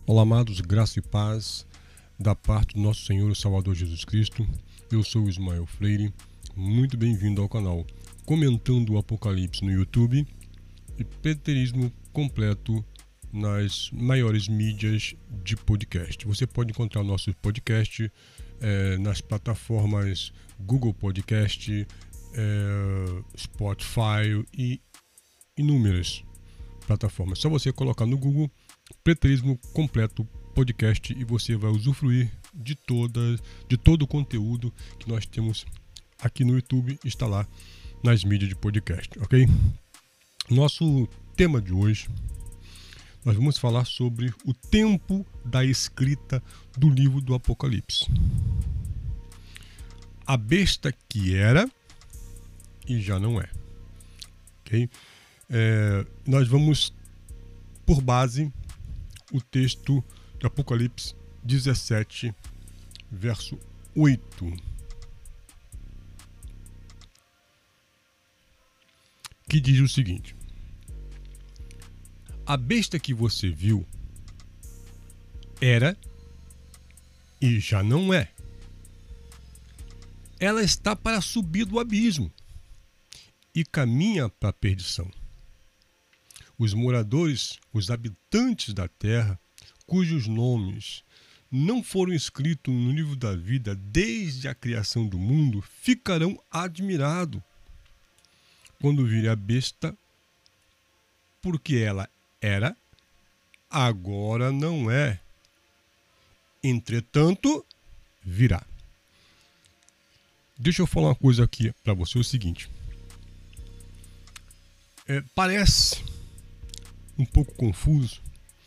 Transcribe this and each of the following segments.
Olá, amados, graça e paz da parte do nosso Senhor e Salvador Jesus Cristo. Eu sou o Ismael Freire, muito bem-vindo ao canal Comentando o Apocalipse no YouTube e Preterismo Completo nas maiores mídias de podcast. Você pode encontrar o nosso podcast nas plataformas Google Podcast, Spotify e inúmeras plataformas. Só você colocar no Google Preterismo Completo Podcast e você vai usufruir de todo o conteúdo que nós temos aqui no YouTube, está lá nas mídias de podcast, ok? Nosso tema de hoje, nós vamos falar sobre o tempo da escrita do livro do Apocalipse. A besta que era e já não é, ok? Nós vamos, por base, o texto de Apocalipse 17, verso 8, que diz o seguinte: a besta que você viu era e já não é. Ela está para subir do abismo e caminha para a perdição. Os moradores, os habitantes da terra, cujos nomes não foram escritos no livro da vida desde a criação do mundo, ficarão admirados quando virem a besta, porque ela era, agora não é. Entretanto, virá. Deixa eu falar uma coisa aqui para você, o seguinte. Parece um pouco confuso,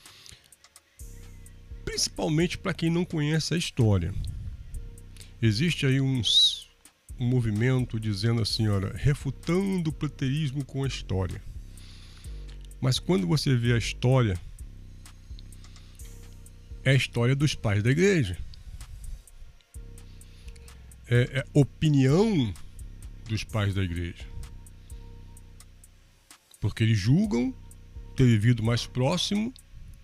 principalmente para quem não conhece a história. Existe aí um movimento dizendo assim, olha, refutando o preterismo com a história. Mas quando você vê a história, é a história dos pais da igreja. É opinião dos pais da igreja. Porque eles julgam ter vivido mais próximo,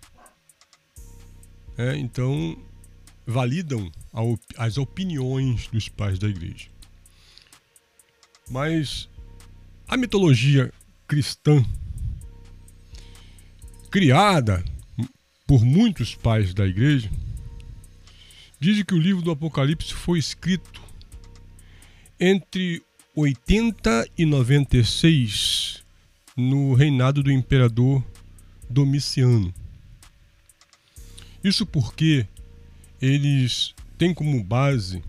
então validam as opiniões dos pais da igreja. Mas a mitologia cristã, criada por muitos pais da igreja, diz que o livro do Apocalipse foi escrito entre 80 e 96 no reinado do imperador Domiciano. Isso porque eles têm como base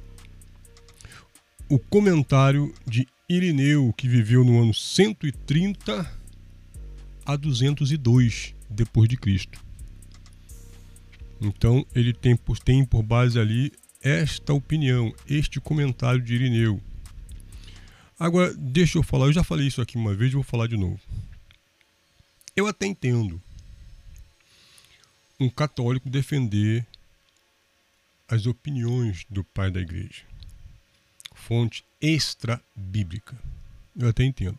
o comentário de Irineu, que viveu no ano 130 a 202 depois de Cristo. Então ele tem por base ali esta opinião, este comentário de Irineu. Agora, deixa eu falar, eu já falei isso aqui uma vez, vou falar de novo. Eu até entendo um católico defender as opiniões do pai da igreja, fonte extra-bíblica. Eu até entendo.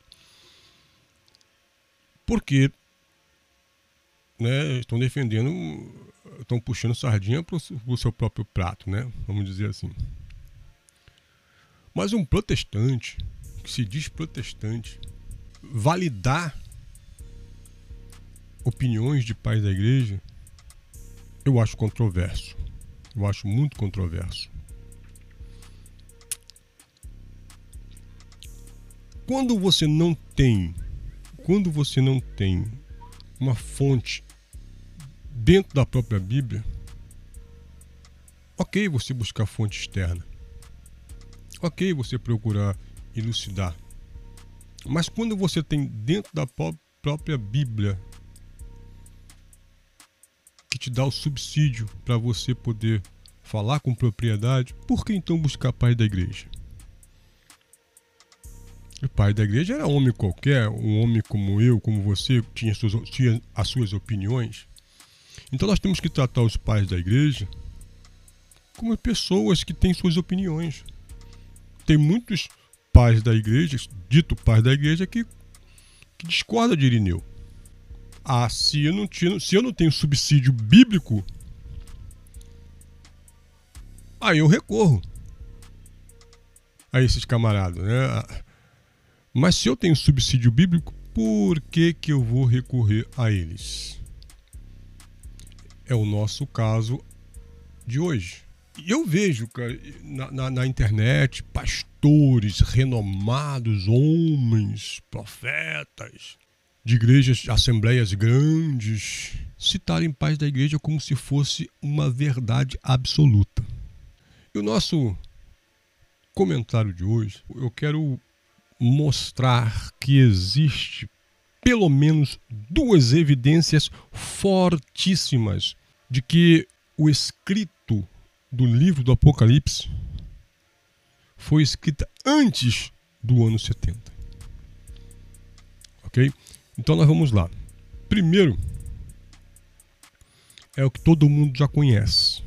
Porque estão defendendo, estão puxando sardinha para o seu próprio prato, vamos dizer assim. Mas um protestante, que se diz protestante, validar opiniões de pais da igreja, eu acho controverso. Eu acho muito controverso. Quando você não tem uma fonte dentro da própria Bíblia, ok você buscar fonte externa, ok você procurar elucidar, mas quando você tem dentro da própria Bíblia que te dá o subsídio para você poder falar com propriedade, por que então buscar pai da igreja? O pai da igreja era homem qualquer, um homem como eu, como você, tinha as suas opiniões. Então nós temos que tratar os pais da igreja como pessoas que têm suas opiniões. Tem muitos pais da igreja, dito pais da igreja, que discordam de Irineu. se eu não tenho subsídio bíblico, aí eu recorro a esses camaradas, né? Mas se eu tenho subsídio bíblico, por que eu vou recorrer a eles? É o nosso caso de hoje. E eu vejo, cara, na internet, pastores renomados, homens, profetas, de igrejas, assembleias grandes, citarem pais da igreja como se fosse uma verdade absoluta. E o nosso comentário de hoje, eu quero mostrar que existe pelo menos duas evidências fortíssimas de que o escrito do livro do Apocalipse foi escrita antes do ano 70. Ok? Então nós vamos lá. Primeiro, é o que todo mundo já conhece.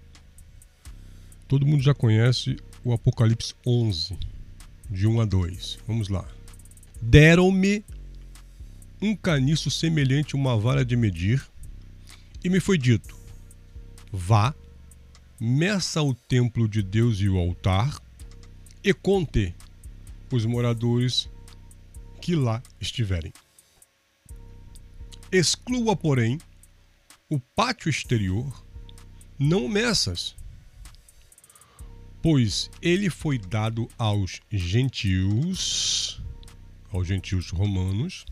Todo mundo já conhece o Apocalipse 11, de 1 a 2. Vamos lá. Deram-me um caniço semelhante a uma vara de medir, e me foi dito: vá, meça o templo de Deus e o altar, e conte os moradores que lá estiverem. Exclua, porém, o pátio exterior, não meças, pois ele foi dado aos gentios romanos.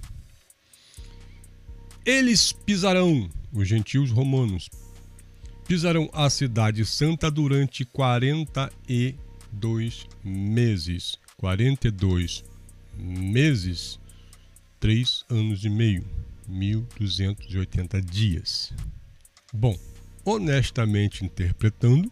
Eles pisarão, os gentios romanos, pisarão a cidade santa durante 42 meses. 42 meses, 3 anos e meio, 1280 dias. Bom, honestamente interpretando,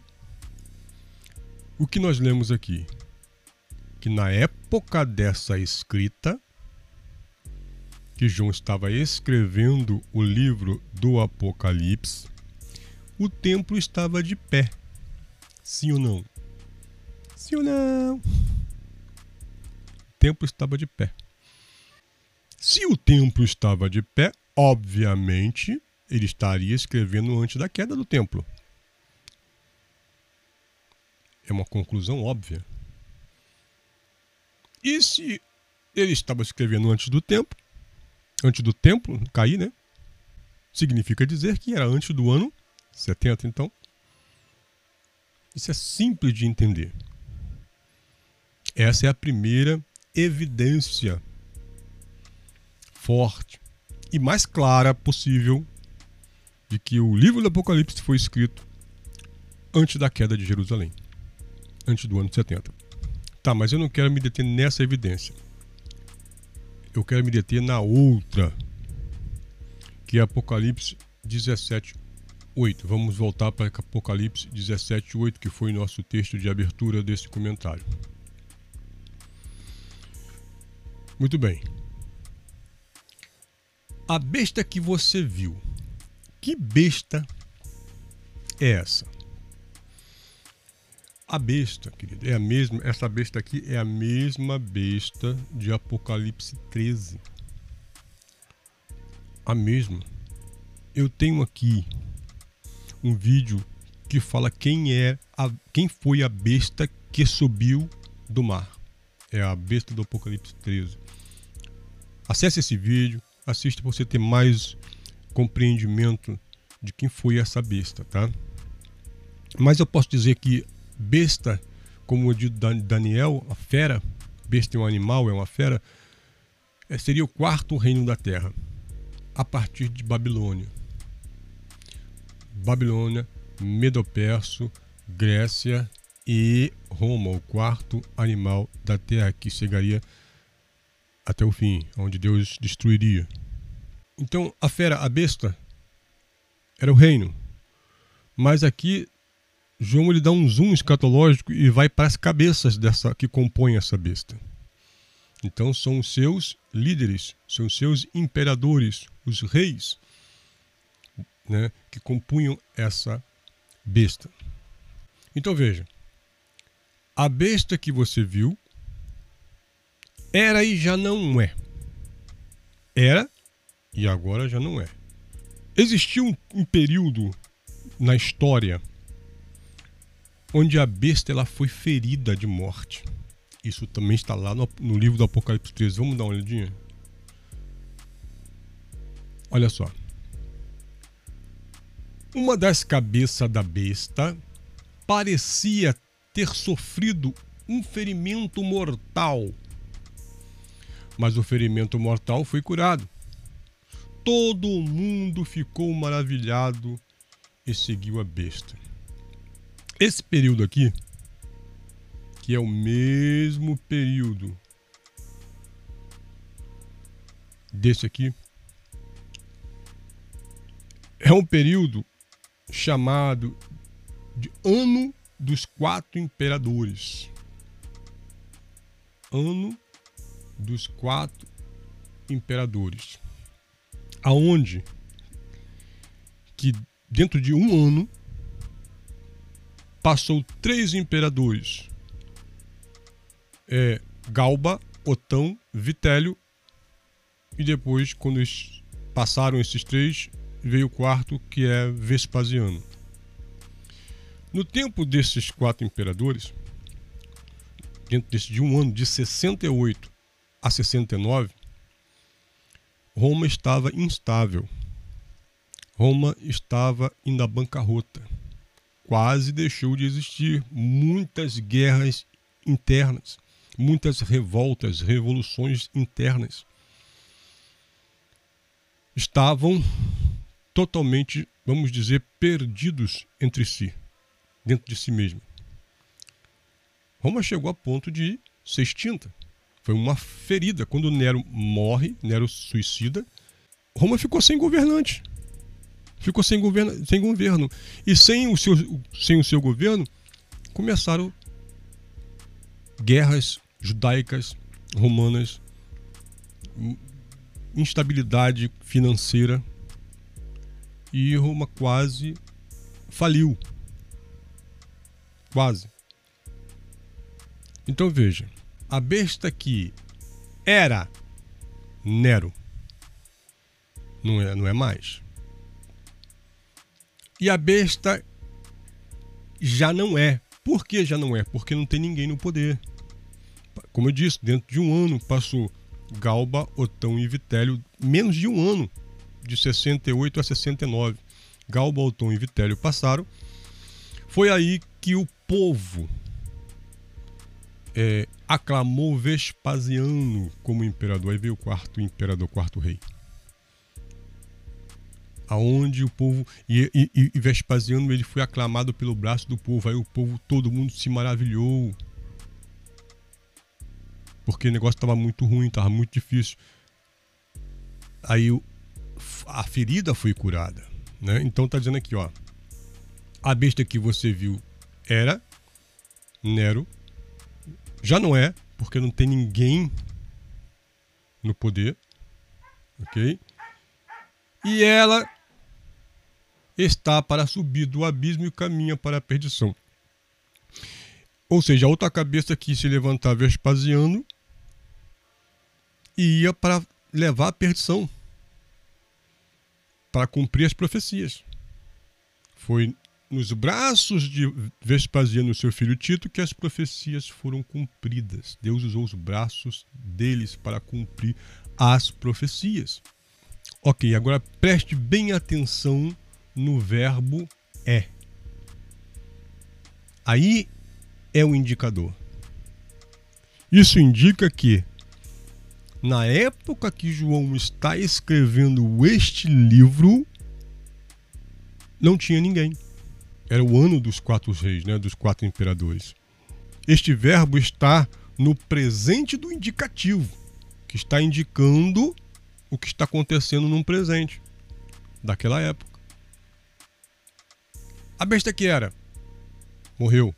o que nós lemos aqui? Que na época dessa escrita, que João estava escrevendo o livro do Apocalipse, o templo estava de pé. Sim ou não? Sim ou não? O templo estava de pé. Se o templo estava de pé, obviamente, ele estaria escrevendo antes da queda do templo. É uma conclusão óbvia. E se ele estava escrevendo antes do templo cair, né? Significa dizer que era antes do ano 70, então. Isso é simples de entender. Essa é a primeira evidência forte e mais clara possível de que o livro do Apocalipse foi escrito antes da queda de Jerusalém, antes do ano 70. Tá, mas eu não quero me deter nessa evidência. Eu quero me deter na outra, que é Apocalipse 17:8. Vamos voltar para Apocalipse 17:8, que foi nosso texto de abertura desse comentário. Muito bem. A besta que você viu, que besta é essa? A besta, querido, é a mesma. Essa besta aqui é a mesma besta de Apocalipse 13. A mesma. Eu tenho aqui um vídeo que fala quem foi a besta que subiu do mar. É a besta do Apocalipse 13. Acesse esse vídeo, assista para você ter mais compreendimento de quem foi essa besta, tá? Mas eu posso dizer que besta, como diz Daniel, a fera, besta é um animal, é uma fera, seria o quarto reino da terra, a partir de Babilônia. Babilônia, Medo-Perso, Grécia e Roma, o quarto animal da terra, que chegaria até o fim, onde Deus destruiria. Então, a fera, a besta, era o reino. Mas aqui, João ele dá um zoom escatológico e vai para as cabeças dessa que compõem essa besta. Então, são os seus líderes, são os seus imperadores, os reis, né, que compunham essa besta. Então, veja. A besta que você viu era e já não é. Era e agora já não é. Existiu um período na história onde a besta ela foi ferida de morte. Isso também está lá no livro do Apocalipse 13. Vamos dar uma olhadinha? Olha só. Uma das cabeças da besta parecia ter sofrido um ferimento mortal. Mas o ferimento mortal foi curado. Todo mundo ficou maravilhado e seguiu a besta. Esse período aqui, que é o mesmo período desse aqui, é um período chamado de Ano dos 4 Imperadores. Ano dos 4 Imperadores. Aonde que dentro de um ano passou 3 imperadores. Galba, Otão, Vitélio, e depois, quando passaram esses 3, veio o 4, que é Vespasiano. No tempo desses 4 imperadores, dentro de um ano de 68 a 69, Roma estava instável. Roma estava indo à bancarrota. Quase deixou de existir. Muitas guerras internas, muitas revoltas, revoluções internas estavam totalmente, vamos dizer, perdidos entre si, dentro de si mesmo. Roma chegou a ponto de ser extinta. Foi uma ferida. Quando Nero morre, Nero suicida, Roma ficou sem governante. Ficou sem governo. E sem o seu governo, começaram guerras judaicas, romanas, instabilidade financeira, e Roma quase faliu. Quase. Então veja, a besta que era Nero não é mais. E a besta já não é. Por que já não é? Porque não tem ninguém no poder. Como eu disse, dentro de um ano passou Galba, Otão e Vitélio, menos de um ano, de 68 a 69. Galba, Otão e Vitélio passaram. Foi aí que o povo aclamou Vespasiano como imperador. Aí veio o 4º imperador, 4º rei. Aonde o povo... E Vespasiano ele foi aclamado pelo braço do povo. Aí o povo, todo mundo se maravilhou. Porque o negócio estava muito ruim, estava muito difícil. Aí a ferida foi curada, né? Então está dizendo aqui, ó. A besta que você viu era Nero. Já não é, porque não tem ninguém no poder. Ok? E ela está para subir do abismo e caminha para a perdição. Ou seja, a outra cabeça que se levantar Vespasiano ia para levar a perdição, para cumprir as profecias. Foi nos braços de Vespasiano e seu filho Tito que as profecias foram cumpridas. Deus usou os braços deles para cumprir as profecias. Ok, agora preste bem atenção no verbo é. Aí é o indicador. Isso indica que, na época que João está escrevendo este livro, não tinha ninguém. Era o ano dos 4 reis, né, dos 4 imperadores. Este verbo está no presente do indicativo, que está indicando o que está acontecendo num presente daquela época. A besta que era, morreu.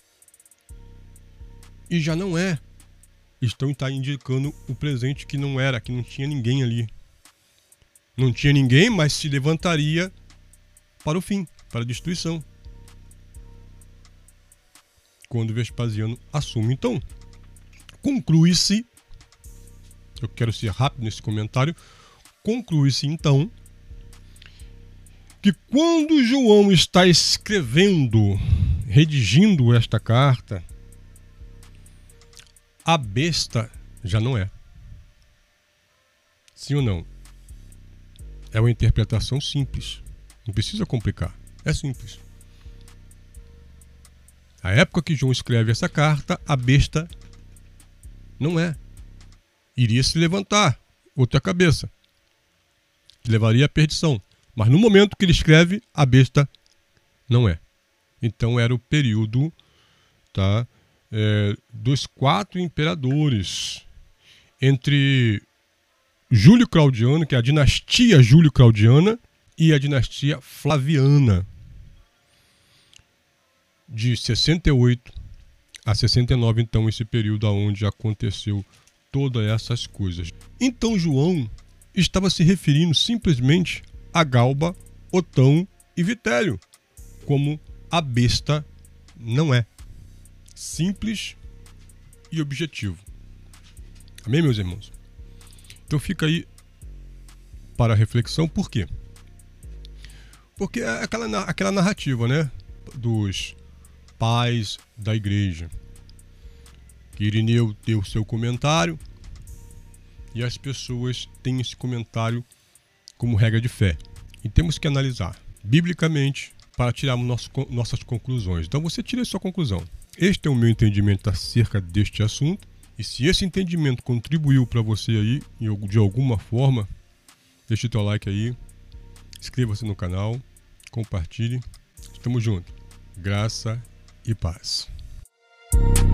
E já não é. Está indicando o presente que não era, que não tinha ninguém ali. Não tinha ninguém, mas se levantaria para o fim, para a destruição. Quando Vespasiano assume. Então, conclui-se, eu quero ser rápido nesse comentário, conclui-se então que quando João está escrevendo, redigindo esta carta, a besta já não é. Sim ou não? É uma interpretação simples. Não precisa complicar. É simples. A época que João escreve essa carta, a besta não é. Iria se levantar outra cabeça, que levaria à perdição. Mas no momento que ele escreve, a besta não é. Então era o período, tá, dos 4 imperadores. Entre Júlio Claudiano, que é a dinastia Júlio-Claudiana, e a dinastia Flaviana, de 68 a 69, então, esse período onde aconteceu todas essas coisas. Então João estava se referindo simplesmente a Galba, Otão e Vitélio, como a besta não é. Simples e objetivo. Amém, meus irmãos? Então fica aí para a reflexão. Por quê? Porque é aquela narrativa, né, dos pais da igreja. Que Irineu deu seu comentário e as pessoas têm esse comentário como regra de fé. E temos que analisar biblicamente para tirarmos nossas conclusões. Então você tira a sua conclusão. Este é o meu entendimento acerca deste assunto. E se esse entendimento contribuiu para você aí, de alguma forma, deixe o teu like aí, inscreva-se no canal, compartilhe. Estamos juntos. Graça e paz.